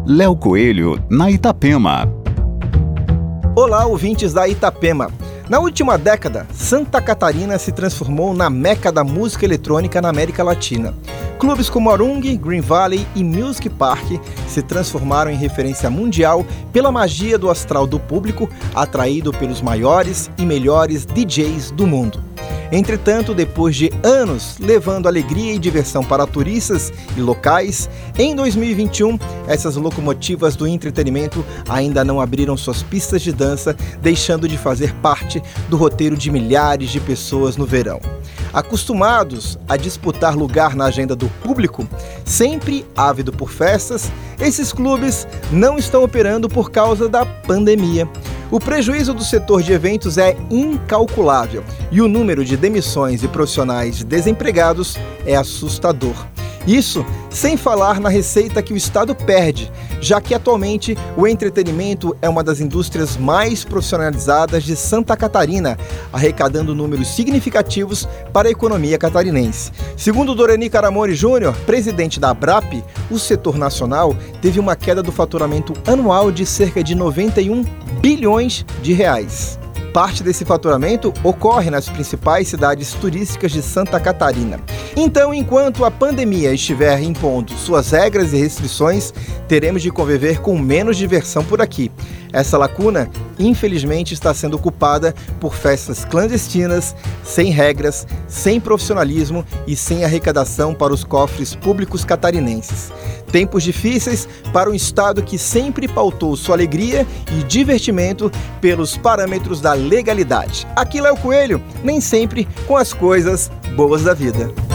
Léo Coelho, na Itapema. Olá, ouvintes da Itapema. Na última década, Santa Catarina se transformou na meca da música eletrônica na América Latina. Clubes como Arung, Green Valley e Music Park se transformaram em referência mundial pela magia do astral do público, atraído pelos maiores e melhores DJs do mundo. Entretanto, depois de anos levando alegria e diversão para turistas e locais, em 2021, essas locomotivas do entretenimento ainda não abriram suas pistas de dança, deixando de fazer parte do roteiro de milhares de pessoas no verão. Acostumados a disputar lugar na agenda do público, sempre ávido por festas, esses clubes não estão operando por causa da pandemia. O prejuízo do setor de eventos é incalculável e o número de demissões e profissionais desempregados é assustador. Isso sem falar na receita que o Estado perde, já que atualmente o entretenimento é uma das indústrias mais profissionalizadas de Santa Catarina, arrecadando números significativos para a economia catarinense. Segundo Dorani Caramori Júnior, presidente da ABRAP, o setor nacional teve uma queda do faturamento anual de cerca de 91 bilhões de reais. Parte desse faturamento ocorre nas principais cidades turísticas de Santa Catarina. Então, enquanto a pandemia estiver impondo suas regras e restrições, teremos de conviver com menos diversão por aqui. Essa lacuna, infelizmente, está sendo ocupada por festas clandestinas, sem regras, sem profissionalismo e sem arrecadação para os cofres públicos catarinenses. Tempos difíceis para um estado que sempre pautou sua alegria e divertimento pelos parâmetros da legalidade. Aqui Léo Coelho, nem sempre com as coisas boas da vida.